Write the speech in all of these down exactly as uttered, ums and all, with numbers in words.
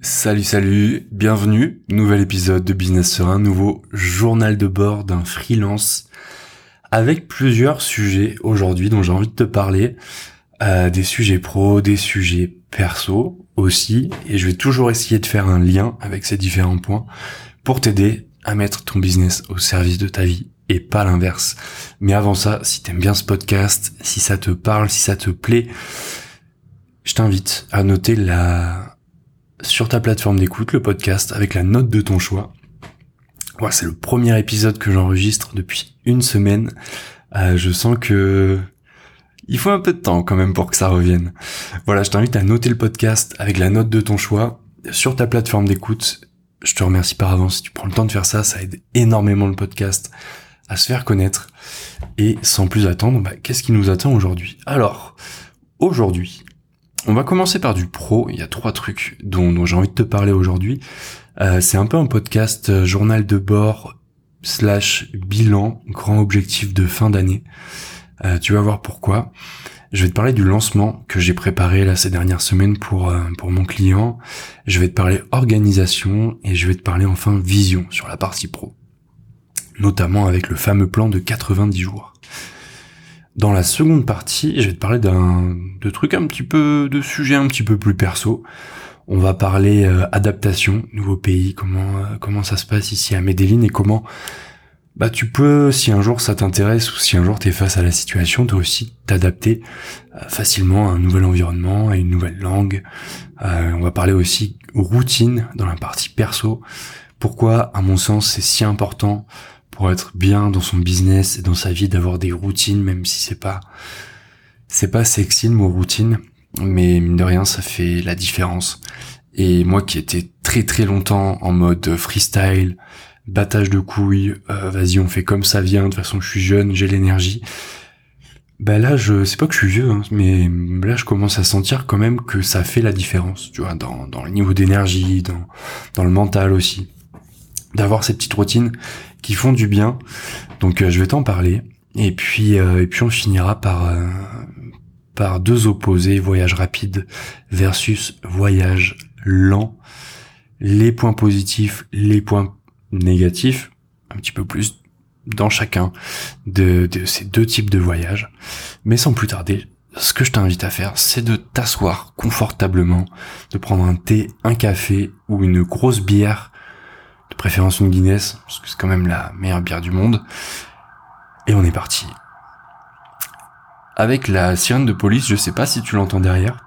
Salut salut, bienvenue, nouvel épisode de Business Serein, nouveau journal de bord d'un freelance avec plusieurs sujets aujourd'hui dont j'ai envie de te parler, euh, des sujets pro, des sujets perso aussi, et je vais toujours essayer de faire un lien avec ces différents points pour t'aider à mettre ton business au service de ta vie et pas l'inverse. Mais avant ça, si t'aimes bien ce podcast, si ça te parle, si ça te plaît, je t'invite à noter la... sur ta plateforme d'écoute, le podcast, avec la note de ton choix. Voilà, c'est le premier épisode que j'enregistre depuis une semaine. Euh, je sens que il faut un peu de temps quand même pour que ça revienne. Voilà, je t'invite à noter le podcast avec la note de ton choix sur ta plateforme d'écoute. Je te remercie par avance si tu prends le temps de faire ça, ça aide énormément le podcast à se faire connaître. Et sans plus attendre, bah, qu'est-ce qui nous attend aujourd'hui ? Alors, aujourd'hui, on va commencer par du pro. Il y a trois trucs dont, dont j'ai envie de te parler aujourd'hui. Euh, c'est un peu un podcast euh, journal de bord slash bilan, grand objectif de fin d'année. Euh, tu vas voir pourquoi. Je vais te parler du lancement que j'ai préparé là ces dernières semaines pour euh, pour mon client. Je vais te parler organisation et je vais te parler enfin vision sur la partie pro, notamment avec le fameux plan de quatre-vingt-dix jours. Dans la seconde partie, je vais te parler d'un de trucs un petit peu, de sujets un petit peu plus perso. On va parler euh, adaptation, nouveau pays, comment euh, comment ça se passe ici à Medellín et comment bah tu peux, si un jour ça t'intéresse ou si un jour t'es face à la situation, toi aussi t'adapter euh, facilement à un nouvel environnement, à une nouvelle langue. Euh, on va parler aussi routine dans la partie perso. Pourquoi, à mon sens, c'est si important pour être bien dans son business et dans sa vie d'avoir des routines, même si c'est pas c'est pas sexy le mot routine, mais mine de rien ça fait la différence. Et moi qui étais très très longtemps en mode freestyle, battage de couilles, euh, vas-y on fait comme ça vient, de toute façon je suis jeune, j'ai l'énergie, bah là je c'est pas que je suis vieux hein, mais là je commence à sentir quand même que ça fait la différence, tu vois, dans dans le niveau d'énergie, dans dans le mental aussi, d'avoir ces petites routines qui font du bien. Donc euh, je vais t'en parler et puis euh, et puis on finira par euh, par deux opposés, voyage rapide versus voyage lent, les points positifs, les points négatifs, un petit peu plus dans chacun de, de ces deux types de voyages. Mais sans plus tarder, ce que je t'invite à faire, c'est de t'asseoir confortablement, de prendre un thé, un café ou une grosse bière, de préférence une Guinness, parce que c'est quand même la meilleure bière du monde. Et on est parti. Avec la sirène de police, je sais pas si tu l'entends derrière,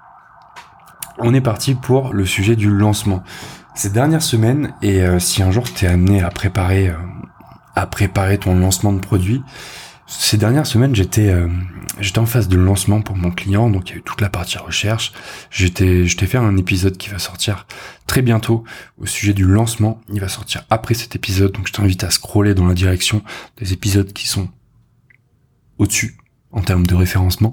on est parti pour le sujet du lancement. Ces dernières semaines, et euh, si un jour t'es amené à préparer, euh, à préparer ton lancement de produit, ces dernières semaines, j'étais euh, j'étais en phase de lancement pour mon client, donc il y a eu toute la partie recherche. J'étais, je t'ai fait un épisode qui va sortir très bientôt au sujet du lancement. Il va sortir après cet épisode, donc je t'invite à scroller dans la direction des épisodes qui sont au-dessus en termes de référencement.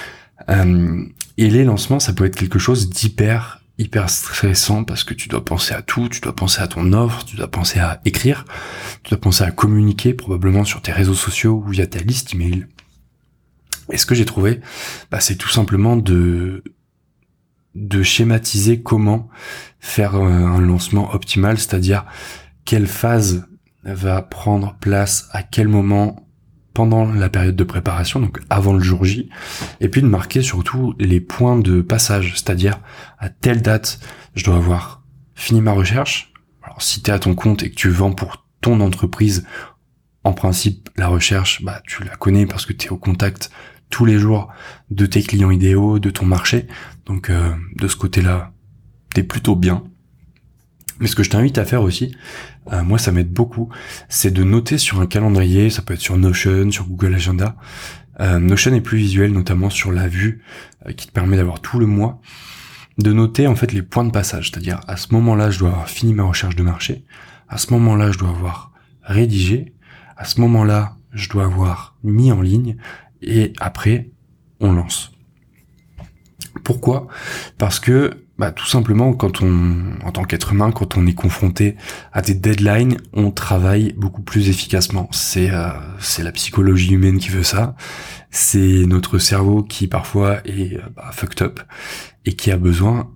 Euh, et les lancements, ça peut être quelque chose d'hyper hyper stressant parce que tu dois penser à tout, tu dois penser à ton offre, tu dois penser à écrire, tu dois penser à communiquer probablement sur tes réseaux sociaux ou via ta liste email. Et ce que j'ai trouvé, bah, c'est tout simplement de de schématiser comment faire un lancement optimal, c'est-à-dire quelle phase va prendre place à quel moment pendant la période de préparation, donc avant le jour J, et puis de marquer surtout les points de passage, c'est-à-dire à telle date, je dois avoir fini ma recherche. Alors si t'es à ton compte et que tu vends pour ton entreprise, en principe, la recherche, bah tu la connais parce que t'es au contact tous les jours de tes clients idéaux, de ton marché, donc euh, de ce côté-là, t'es plutôt bien. Mais ce que je t'invite à faire aussi, euh, moi ça m'aide beaucoup, c'est de noter sur un calendrier, ça peut être sur Notion, sur Google Agenda. Euh, Notion est plus visuel, notamment sur la vue, euh, qui te permet d'avoir tout le mois, de noter en fait les points de passage, c'est-à-dire à ce moment-là je dois avoir fini ma recherche de marché, à ce moment-là je dois avoir rédigé, à ce moment-là je dois avoir mis en ligne, et après on lance. Pourquoi ? Parce que bah, tout simplement, quand on, en tant qu'être humain, quand on est confronté à des deadlines, on travaille beaucoup plus efficacement. C'est, euh, c'est la psychologie humaine qui veut ça. C'est notre cerveau qui parfois est bah, fucked up et qui a besoin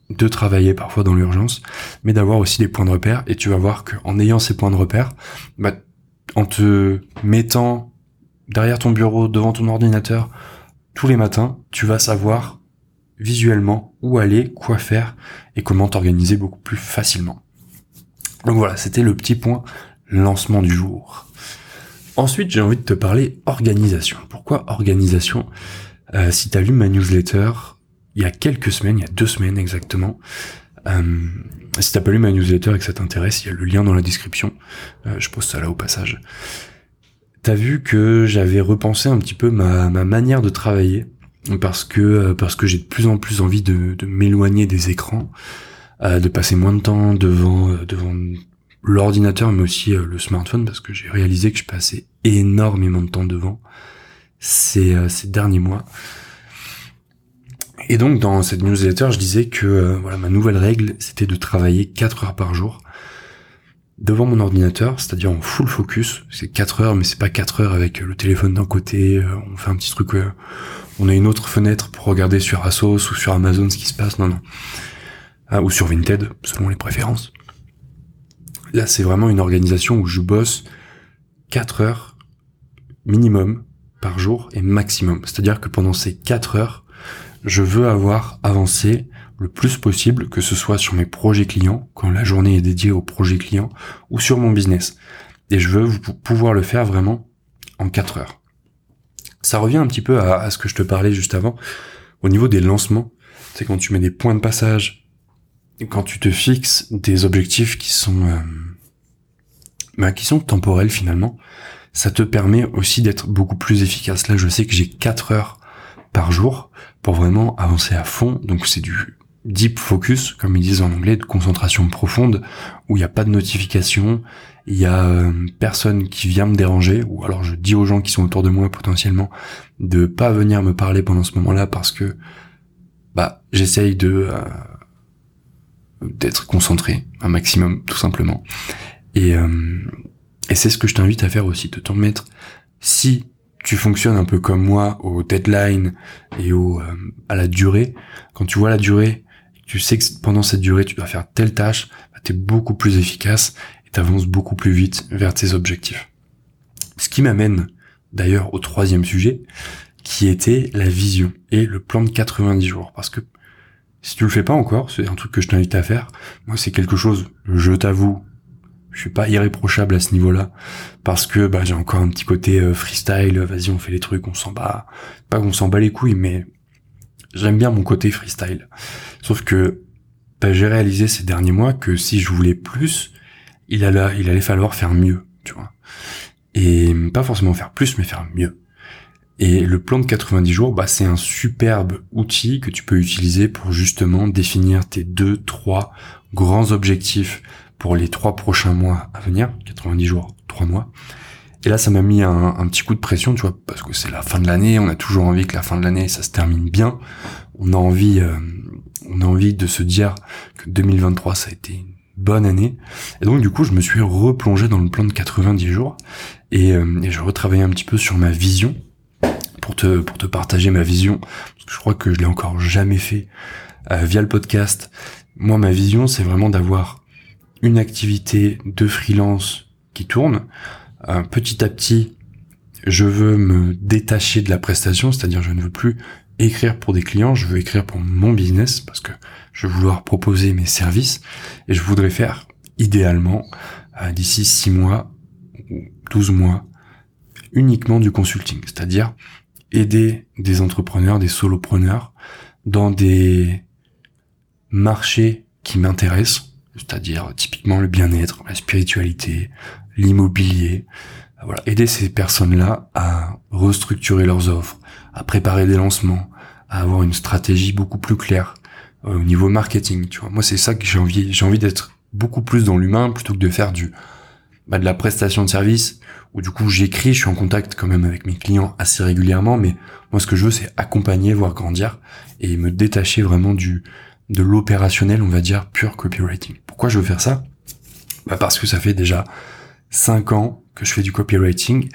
de travailler parfois dans l'urgence, mais d'avoir aussi des points de repère. Et tu vas voir qu'en ayant ces points de repère, bah, en te mettant derrière ton bureau, devant ton ordinateur, tous les matins, tu vas savoir visuellement où aller, quoi faire et comment t'organiser beaucoup plus facilement. Donc voilà, c'était le petit point lancement du jour. Ensuite, j'ai envie de te parler organisation. Pourquoi organisation ? euh, Si tu as lu ma newsletter il y a quelques semaines, il y a deux semaines exactement, euh, si t'as pas lu ma newsletter et que ça t'intéresse, il y a le lien dans la description. Euh, je poste ça là au passage. T'as vu que j'avais repensé un petit peu ma, ma manière de travailler parce que parce que j'ai de plus en plus envie de, de m'éloigner des écrans, euh, de passer moins de temps devant euh, devant l'ordinateur, mais aussi euh, le smartphone, parce que j'ai réalisé que je passais énormément de temps devant ces euh, ces derniers mois. Et donc dans cette newsletter, je disais que euh, voilà, ma nouvelle règle, c'était de travailler quatre heures par jour devant mon ordinateur, c'est-à-dire en full focus. C'est quatre heures, mais c'est pas quatre heures avec le téléphone d'un côté, euh, on fait un petit truc, euh, on a une autre fenêtre pour regarder sur Asos ou sur Amazon ce qui se passe, non non. Ah, ou sur Vinted, selon les préférences. Là, c'est vraiment une organisation où je bosse quatre heures minimum par jour et maximum. C'est-à-dire que pendant ces quatre heures, je veux avoir avancé le plus possible, que ce soit sur mes projets clients, quand la journée est dédiée aux projets clients, ou sur mon business. Et je veux pouvoir le faire vraiment en quatre heures. Ça revient un petit peu à, à ce que je te parlais juste avant, au niveau des lancements. C'est quand tu mets des points de passage, quand tu te fixes des objectifs qui sont, euh, bah, qui sont temporels finalement, ça te permet aussi d'être beaucoup plus efficace. Là, je sais que j'ai quatre heures par jour pour vraiment avancer à fond. Donc c'est du deep focus, comme ils disent en anglais, de concentration profonde, où il n'y a pas de notification, il y a euh, personne qui vient me déranger, ou alors je dis aux gens qui sont autour de moi potentiellement de pas venir me parler pendant ce moment-là parce que bah j'essaye de euh, d'être concentré un maximum, tout simplement. Et euh, et c'est ce que je t'invite à faire aussi, de t'en mettre. Si tu fonctionnes un peu comme moi au deadline et au euh, à la durée, quand tu vois la durée, tu sais que pendant cette durée tu dois faire telle tâche, bah, t'es beaucoup plus efficace et t'avances beaucoup plus vite vers tes objectifs. Ce qui m'amène d'ailleurs au troisième sujet, qui était la vision et le plan de quatre-vingt-dix jours. Parce que si tu le fais pas encore, c'est un truc que je t'invite à faire. Moi, c'est quelque chose, je t'avoue, je suis pas irréprochable à ce niveau-là, parce que bah j'ai encore un petit côté euh, freestyle, vas-y on fait les trucs, on s'en bat, pas qu'on s'en bat les couilles, mais j'aime bien mon côté freestyle. Sauf que bah, j'ai réalisé ces derniers mois que si je voulais plus, il allait, il allait falloir faire mieux, tu vois. Et pas forcément faire plus, mais faire mieux. Et le plan de quatre-vingt-dix jours, bah c'est un superbe outil que tu peux utiliser pour justement définir tes deux, trois grands objectifs pour les trois prochains mois à venir, quatre-vingt-dix jours, trois mois. Et là, ça m'a mis un, un petit coup de pression, tu vois, parce que c'est la fin de l'année, on a toujours envie que la fin de l'année, ça se termine bien. On a envie, euh, on a envie de se dire que deux mille vingt-trois, ça a été une bonne année. Et donc, du coup, je me suis replongé dans le plan de quatre-vingt-dix jours et, euh, et je retravaillais un petit peu sur ma vision pour te, pour te partager ma vision, parce que je crois que je l'ai encore jamais fait euh, via le podcast. Moi, ma vision, c'est vraiment d'avoir une activité de freelance qui tourne. Euh, petit à petit, je veux me détacher de la prestation, c'est-à-dire je ne veux plus écrire pour des clients, je veux écrire pour mon business, parce que je veux vouloir proposer mes services, et je voudrais faire, idéalement, euh, d'ici six mois ou douze mois, uniquement du consulting, c'est-à-dire aider des entrepreneurs, des solopreneurs, dans des marchés qui m'intéressent, c'est-à-dire typiquement le bien-être, la spiritualité, l'immobilier. Voilà, aider ces personnes-là à restructurer leurs offres, à préparer des lancements, à avoir une stratégie beaucoup plus claire euh, au niveau marketing. Tu vois, moi c'est ça que j'ai envie. J'ai envie d'être beaucoup plus dans l'humain plutôt que de faire du bah, de la prestation de service où du coup j'écris, je suis en contact quand même avec mes clients assez régulièrement, mais moi ce que je veux c'est accompagner, voir grandir et me détacher vraiment du de l'opérationnel, on va dire, pur copywriting. Pourquoi je veux faire ça ? Bah parce que ça fait déjà cinq ans que je fais du copywriting.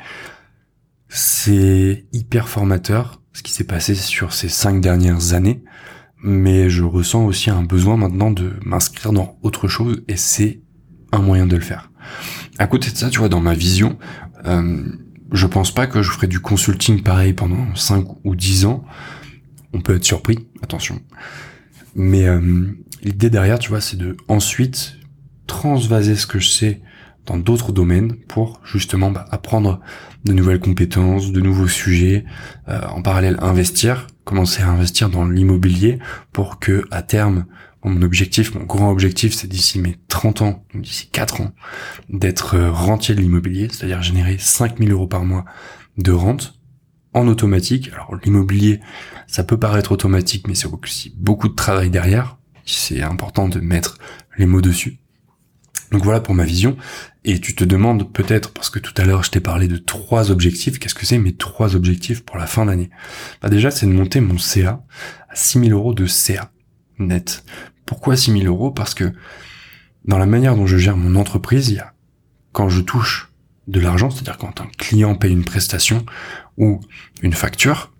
C'est hyper formateur, ce qui s'est passé sur ces cinq dernières années. mais je ressens aussi un besoin maintenant de m'inscrire dans autre chose, et c'est un moyen de le faire. À côté de ça, tu vois, dans ma vision, euh, je pense pas que je ferai du consulting pareil pendant cinq ou dix ans. On peut être surpris, attention. Mais euh, l'idée derrière, tu vois, c'est de ensuite transvaser ce que je sais dans d'autres domaines pour justement bah, apprendre de nouvelles compétences, de nouveaux sujets, euh, en parallèle investir, commencer à investir dans l'immobilier pour que à terme, bon, mon objectif, mon grand objectif, c'est d'ici mes trente ans, d'ici quatre ans, d'être euh, rentier de l'immobilier, c'est-à-dire générer cinq mille euros par mois de rente en automatique. Alors l'immobilier, ça peut paraître automatique, mais c'est aussi beaucoup de travail derrière. C'est important de mettre les mots dessus. Donc voilà pour ma vision. Et tu te demandes peut-être, parce que tout à l'heure je t'ai parlé de trois objectifs, qu'est-ce que c'est mes trois objectifs pour la fin d'année? Bah déjà, c'est de monter mon C A à six mille euros de C A net. Pourquoi six mille euros? Parce que dans la manière dont je gère mon entreprise, il y a, quand je touche de l'argent, c'est-à-dire quand un client paye une prestation ou une facture,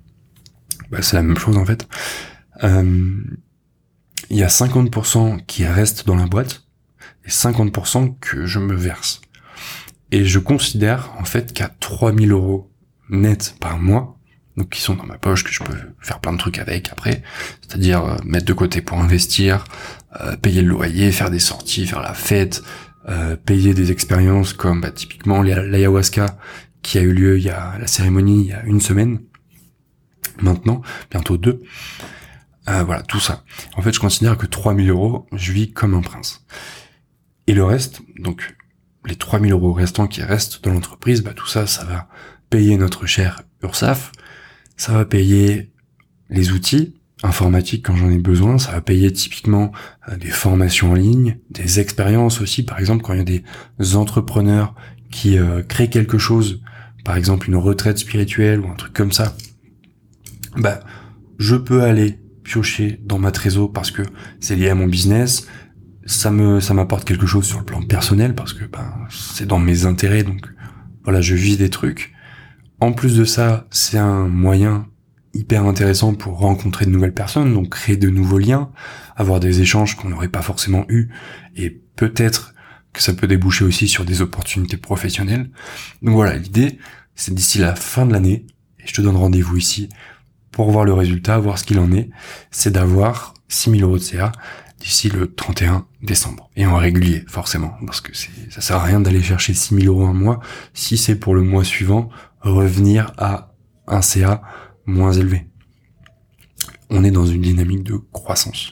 bah c'est la même chose en fait, euh, il y a cinquante pour cent qui restent dans la boîte, et cinquante pour cent que je me verse. Et je considère en fait qu'à trois mille euros net par mois, donc qui sont dans ma poche, que je peux faire plein de trucs avec après, c'est-à-dire euh, mettre de côté pour investir, euh, payer le loyer, faire des sorties, faire la fête, euh, payer des expériences comme bah, typiquement l'ayahuasca qui a eu lieu il y a la cérémonie il y a une semaine, maintenant, bientôt deux. Euh, voilà, tout ça. En fait, je considère que trois mille euros, je vis comme un prince. Et le reste, donc les trois mille euros restants qui restent dans l'entreprise, bah tout ça, ça va payer notre cher URSSAF, ça va payer les outils informatiques quand j'en ai besoin, ça va payer typiquement euh, des formations en ligne, des expériences aussi, par exemple quand il y a des entrepreneurs qui euh, créent quelque chose, par exemple une retraite spirituelle ou un truc comme ça, bah je peux aller piocher dans ma trésor parce que c'est lié à mon business. Ça me, ça m'apporte quelque chose sur le plan personnel parce que ben c'est dans mes intérêts, donc voilà, je vis des trucs. En plus de ça, c'est un moyen hyper intéressant pour rencontrer de nouvelles personnes, donc créer de nouveaux liens, avoir des échanges qu'on n'aurait pas forcément eu, et peut-être que ça peut déboucher aussi sur des opportunités professionnelles. Donc voilà, l'idée, c'est d'ici la fin de l'année, et je te donne rendez-vous ici pour voir le résultat, voir ce qu'il en est, c'est d'avoir six mille euros de C A d'ici le trente et un décembre. Et en régulier, forcément, parce que c'est, ça sert à rien d'aller chercher six mille euros un mois si c'est pour le mois suivant revenir à un C A moins élevé. On est dans une dynamique de croissance.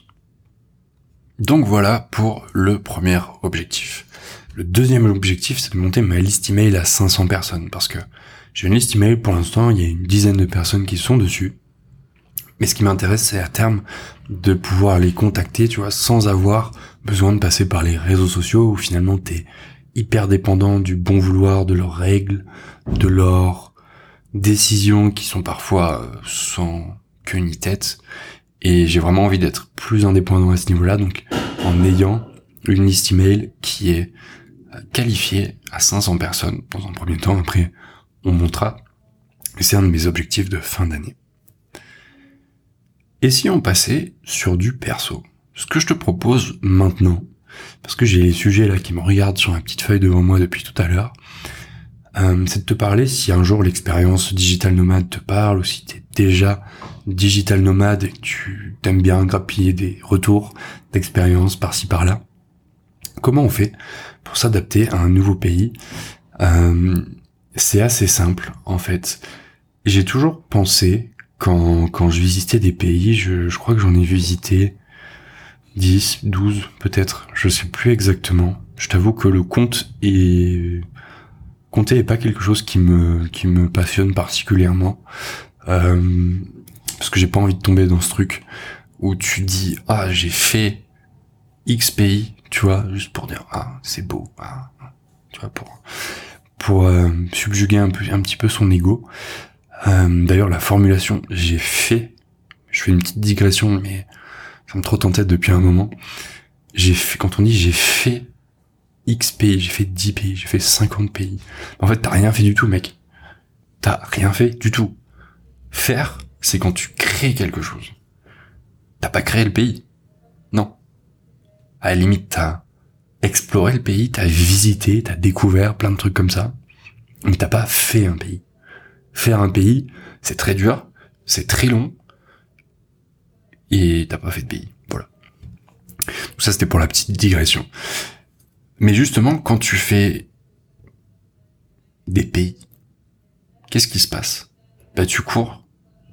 Donc voilà pour le premier objectif. Le deuxième objectif, c'est de monter ma liste email à cinq cents personnes, parce que j'ai une liste email pour l'instant, il y a une dizaine de personnes qui sont dessus. Mais ce qui m'intéresse, c'est à terme de pouvoir les contacter, tu vois, sans avoir besoin de passer par les réseaux sociaux où finalement t'es hyper dépendant du bon vouloir, de leurs règles, de leurs décisions qui sont parfois sans queue ni tête. Et j'ai vraiment envie d'être plus indépendant à ce niveau-là, donc en ayant une liste email qui est qualifiée à cinq cents personnes dans un premier temps. Après, on montera. Et c'est un de mes objectifs de fin d'année. Et si on passait sur du perso? Ce que je te propose maintenant, parce que j'ai les sujets là qui me regardent sur ma petite feuille devant moi depuis tout à l'heure, euh, c'est de te parler si un jour l'expérience digital nomade te parle, ou si t'es déjà digital nomade et que tu t'aimes bien grappiller des retours d'expérience par-ci par-là. Comment on fait pour s'adapter à un nouveau pays? euh, C'est assez simple en fait. J'ai toujours pensé, quand quand je visitais des pays, je, je crois que j'en ai visité dix, douze peut-être, je sais plus exactement. Je t'avoue que le compte est... compter est pas quelque chose qui me qui me passionne particulièrement. Euh, parce que j'ai pas envie de tomber dans ce truc où tu dis ah j'ai fait X pays, tu vois, juste pour dire ah c'est beau, ah, tu vois, pour pour euh, subjuguer un peu un petit peu son ego. Euh, d'ailleurs la formulation j'ai fait, je fais une petite digression mais ça me trotte en tête depuis un moment. J'ai fait, quand on dit j'ai fait X pays, j'ai fait dix pays, j'ai fait cinquante pays. En fait, t'as rien fait du tout, mec. T'as rien fait du tout. Faire, c'est quand tu crées quelque chose. t'as pas créé le pays. Non. À la limite, t'as exploré le pays, t'as visité, t'as découvert plein de trucs comme ça, mais t'as pas fait un pays. Faire un pays, c'est très dur, c'est très long, et t'as pas fait de pays. Voilà. Donc ça, c'était pour la petite digression. Mais justement, quand tu fais des pays, qu'est-ce qui se passe? Bah, tu cours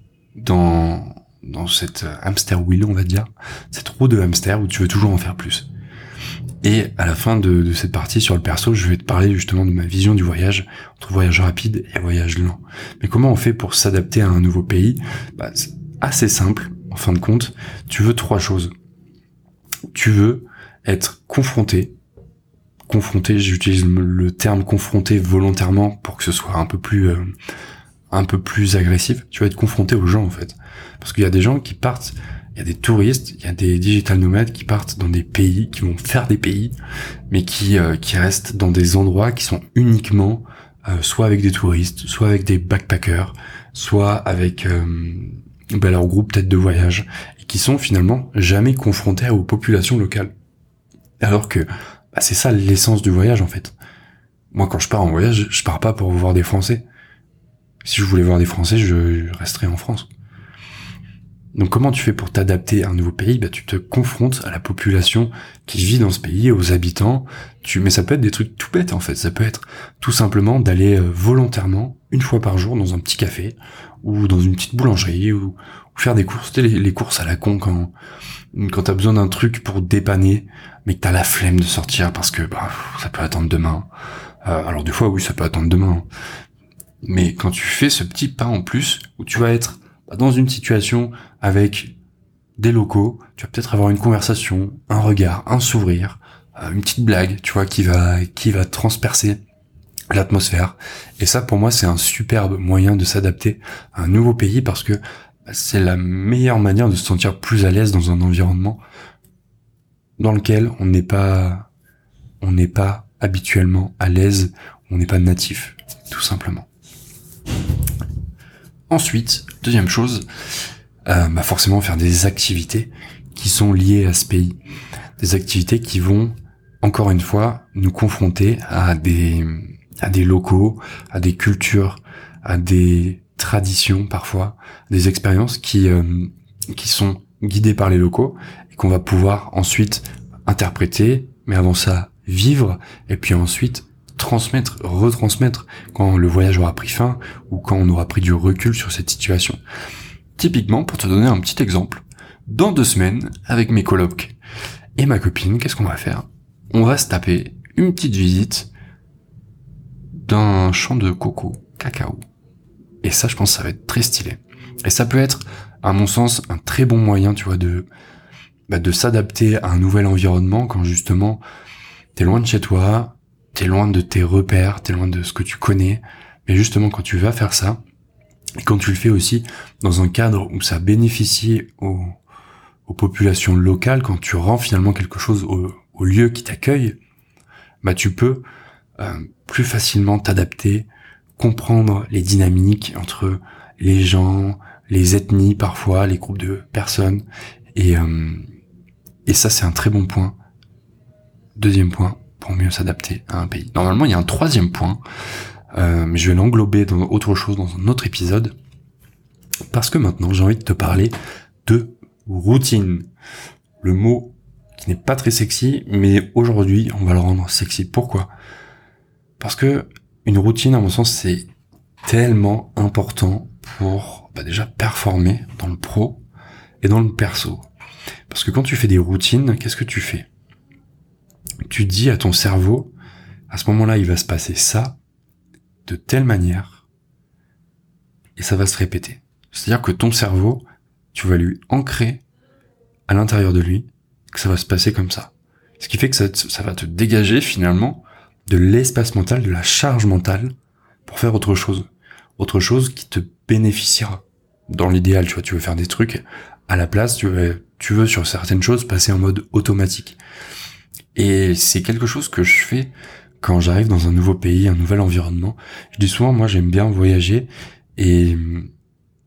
dans, dans cette hamster wheel, on va dire, cette roue de hamster où tu veux toujours en faire plus. Et à la fin de, de cette partie sur le perso, je vais te parler justement de ma vision du voyage, entre voyage rapide et voyage lent. Mais comment on fait pour s'adapter à un nouveau pays? Bah, c'est assez simple, en fin de compte. Tu veux trois choses. Tu veux être confronté. Confronté, j'utilise le terme confronté volontairement pour que ce soit un peu plus euh, un peu plus agressif. Tu vas être confronté aux gens, en fait. Parce qu'il y a des gens qui partent, il y a des touristes, il y a des digital nomades qui partent dans des pays, qui vont faire des pays, mais qui euh, qui restent dans des endroits qui sont uniquement euh, soit avec des touristes, soit avec des backpackers, soit avec euh, ben, leur groupe peut-être de voyage, et qui sont finalement jamais confrontés aux populations locales. Alors que bah, c'est ça l'essence du voyage, en fait. Moi, quand je pars en voyage, je pars pas pour voir des Français. Si je voulais voir des Français, je resterais en France. Donc comment tu fais pour t'adapter à un nouveau pays? Bah, tu te confrontes à la population qui vit dans ce pays, aux habitants. Tu, mais ça peut être des trucs tout bêtes, en fait. Ça peut être tout simplement d'aller euh, volontairement, une fois par jour, dans un petit café, ou dans une petite boulangerie, ou, ou faire des courses. Tu sais, les, les courses à la con quand, quand t'as besoin d'un truc pour te dépanner, mais que t'as la flemme de sortir parce que bah, ça peut attendre demain. Euh, alors des fois, oui, ça peut attendre demain. Mais quand tu fais ce petit pas en plus, où tu vas être dans une situation avec des locaux, tu vas peut-être avoir une conversation, un regard, un sourire, une petite blague, tu vois, qui va qui va transpercer l'atmosphère. Et ça, pour moi, c'est un superbe moyen de s'adapter à un nouveau pays parce que c'est la meilleure manière de se sentir plus à l'aise dans un environnement dans lequel on n'est pas on n'est pas habituellement à l'aise, on n'est pas natif, tout simplement. Ensuite, deuxième chose, euh, bah forcément faire des activités qui sont liées à ce pays. Des activités qui vont, encore une fois, nous confronter à des, à des locaux, à des cultures, à des traditions parfois, des expériences qui, euh, qui sont guidées par les locaux et qu'on va pouvoir ensuite interpréter, mais avant ça, vivre, et puis ensuite transmettre, retransmettre quand le voyage aura pris fin ou quand on aura pris du recul sur cette situation. Typiquement, pour te donner un petit exemple, dans deux semaines, avec mes colocs et ma copine, qu'est-ce qu'on va faire? On va se taper une petite visite d'un champ de coco, cacao. Et ça, je pense que ça va être très stylé. Et ça peut être, à mon sens, un très bon moyen, tu vois, de, bah, de s'adapter à un nouvel environnement quand justement t'es loin de chez toi, t'es loin de tes repères, t'es loin de ce que tu connais, mais justement quand tu vas faire ça, et quand tu le fais aussi dans un cadre où ça bénéficie aux, aux populations locales, quand tu rends finalement quelque chose au, au lieu qui t'accueille, bah tu peux euh, plus facilement t'adapter, comprendre les dynamiques entre les gens, les ethnies parfois, les groupes de personnes, et, euh, et ça c'est un très bon point. Deuxième point, pour mieux s'adapter à un pays. Normalement, il y a un troisième point, euh, mais je vais l'englober dans autre chose, dans un autre épisode, parce que maintenant, j'ai envie de te parler de routine. Le mot qui n'est pas très sexy, mais aujourd'hui, on va le rendre sexy. Pourquoi? Parce que une routine, à mon sens, c'est tellement important pour bah, déjà performer dans le pro et dans le perso. Parce que quand tu fais des routines, qu'est-ce que tu fais? Tu dis à ton cerveau, à ce moment-là, il va se passer ça, de telle manière, et ça va se répéter. C'est-à-dire que ton cerveau, tu vas lui ancrer à l'intérieur de lui que ça va se passer comme ça. Ce qui fait que ça, ça va te dégager finalement de l'espace mental, de la charge mentale, pour faire autre chose. Autre chose qui te bénéficiera. Dans l'idéal, tu vois, tu veux faire des trucs, à la place, tu veux, tu veux sur certaines choses passer en mode automatique. Et c'est quelque chose que je fais quand j'arrive dans un nouveau pays, un nouvel environnement. Je dis souvent, moi, j'aime bien voyager et,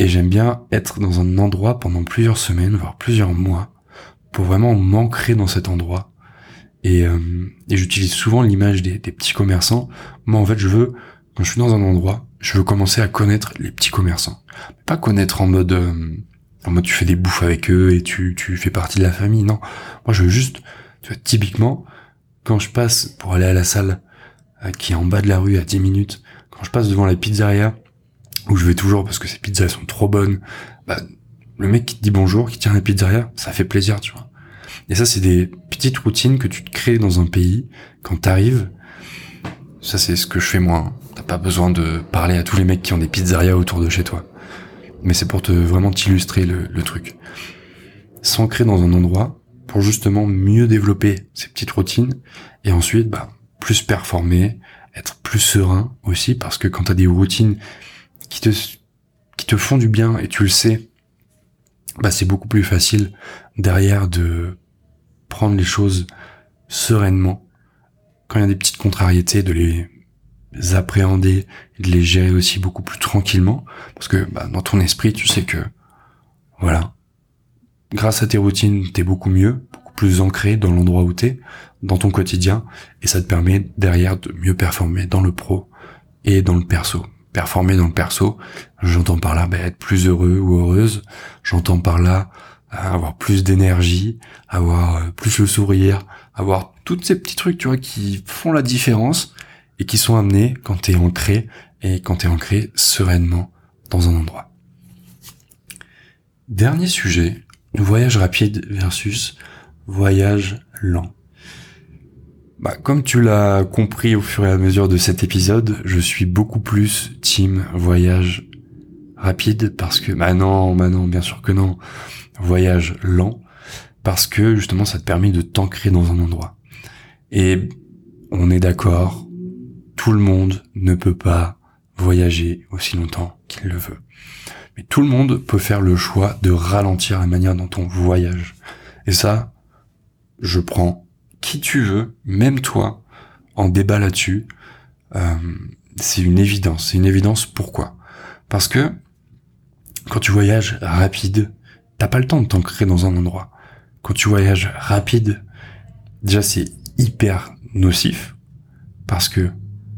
Et j'aime bien être dans un endroit pendant plusieurs semaines, voire plusieurs mois, pour vraiment m'ancrer dans cet endroit. Et, euh, et j'utilise souvent l'image des, des petits commerçants. Moi, en fait, je veux, quand je suis dans un endroit, je veux commencer à connaître les petits commerçants. Pas connaître en mode, euh, en mode tu fais des bouffes avec eux et tu, tu fais partie de la famille. Non, moi, je veux juste, tu vois, typiquement, quand je passe pour aller à la salle, euh, qui est en bas de la rue à dix minutes, quand je passe devant la pizzeria, où je vais toujours parce que ces pizzas elles sont trop bonnes, bah, le mec qui te dit bonjour, qui tient la pizzeria, ça fait plaisir, tu vois. Et ça, c'est des petites routines que tu te crées dans un pays quand t'arrives. Ça, c'est ce que je fais moi. Hein. T'as pas besoin de parler à tous les mecs qui ont des pizzerias autour de chez toi. Mais c'est pour te vraiment t'illustrer le, le truc. S'ancrer dans un endroit pour justement mieux développer ces petites routines et ensuite, bah, plus performer, être plus serein aussi, parce que quand t'as des routines qui te, qui te font du bien et tu le sais, bah, c'est beaucoup plus facile derrière de prendre les choses sereinement. Quand il y a des petites contrariétés, de les appréhender et de les gérer aussi beaucoup plus tranquillement, parce que bah, dans ton esprit, tu sais que voilà, grâce à tes routines, t'es beaucoup mieux, beaucoup plus ancré dans l'endroit où t'es, dans ton quotidien, et ça te permet derrière de mieux performer dans le pro et dans le perso. Performer dans le perso, j'entends par là bah, être plus heureux ou heureuse, j'entends par là avoir plus d'énergie, avoir plus le sourire, avoir tous ces petits trucs, tu vois, qui font la différence et qui sont amenés quand t'es ancré et quand t'es ancré sereinement dans un endroit. Dernier sujet, voyage rapide versus voyage lent. Bah, comme tu l'as compris au fur et à mesure de cet épisode, je suis beaucoup plus team voyage rapide parce que, bah non, bah non, bien sûr que non, voyage lent, parce que justement ça te permet de t'ancrer dans un endroit. Et on est d'accord, tout le monde ne peut pas voyager aussi longtemps qu'il le veut. Mais tout le monde peut faire le choix de ralentir la manière dont on voyage. Et ça, je prends qui tu veux, même toi, en débat là-dessus. Euh, c'est une évidence. C'est une évidence pourquoi ? Parce que quand tu voyages rapide, t'as pas le temps de t'ancrer dans un endroit. Quand tu voyages rapide, déjà c'est hyper nocif parce que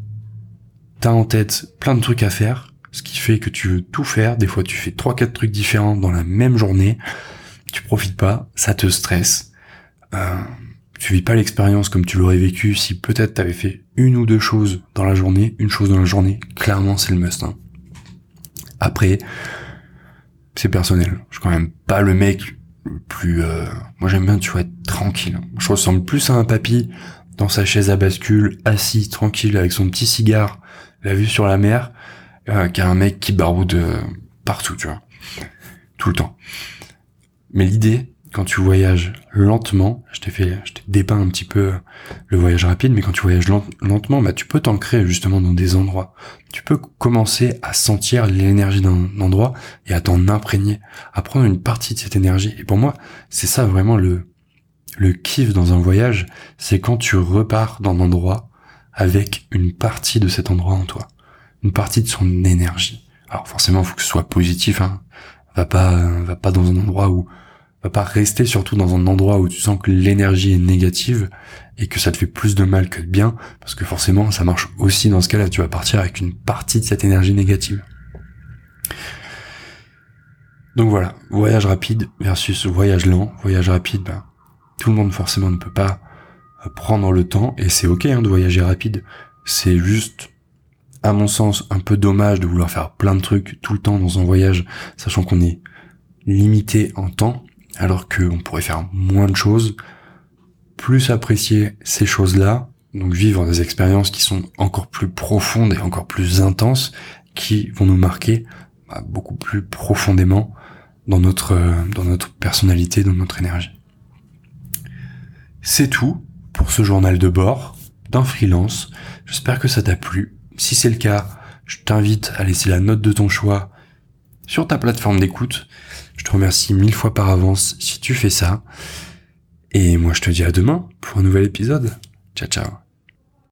t'as en tête plein de trucs à faire, ce qui fait que tu veux tout faire. Des fois tu fais trois quatre trucs différents dans la même journée, tu profites pas, ça te stresse. Euh, tu vis pas l'expérience comme tu l'aurais vécu si peut-être t'avais fait une ou deux choses dans la journée. Une chose dans la journée, clairement c'est le must. Hein. Après, c'est personnel. Je suis quand même pas le mec le plus... Euh... Moi j'aime bien, tu vois, être tranquille. Je ressemble plus à un papy dans sa chaise à bascule, assis, tranquille, avec son petit cigare, la vue sur la mer, euh, qu'à un mec qui baroude euh, partout, tu vois. Tout le temps. Mais l'idée, quand tu voyages lentement, je t'ai fait, je t'ai dépeint un petit peu le voyage rapide, mais quand tu voyages lent, lentement, bah tu peux t'ancrer justement dans des endroits. Tu peux commencer à sentir l'énergie d'un endroit et à t'en imprégner, à prendre une partie de cette énergie. Et pour moi, c'est ça vraiment le le kiff dans un voyage, c'est quand tu repars d'un endroit avec une partie de cet endroit en toi, une partie de son énergie. Alors forcément, il faut que ce soit positif, hein. Va pas, va pas dans un endroit où va pas rester surtout dans un endroit où tu sens que l'énergie est négative et que ça te fait plus de mal que de bien, parce que forcément ça marche aussi dans ce cas-là, tu vas partir avec une partie de cette énergie négative. Donc voilà, voyage rapide versus voyage lent. Voyage rapide, ben, tout le monde forcément ne peut pas prendre le temps, et c'est ok hein, de voyager rapide, c'est juste, à mon sens, un peu dommage de vouloir faire plein de trucs tout le temps dans un voyage, sachant qu'on est limité en temps, alors qu'on pourrait faire moins de choses, plus apprécier ces choses-là, donc vivre des expériences qui sont encore plus profondes et encore plus intenses, qui vont nous marquer bah, beaucoup plus profondément dans notre euh, dans notre personnalité, dans notre énergie. C'est tout pour ce journal de bord d'un freelance. J'espère que ça t'a plu. Si c'est le cas, je t'invite à laisser la note de ton choix sur ta plateforme d'écoute. Je te remercie mille fois par avance si tu fais ça. Et moi, je te dis à demain pour un nouvel épisode. Ciao, ciao.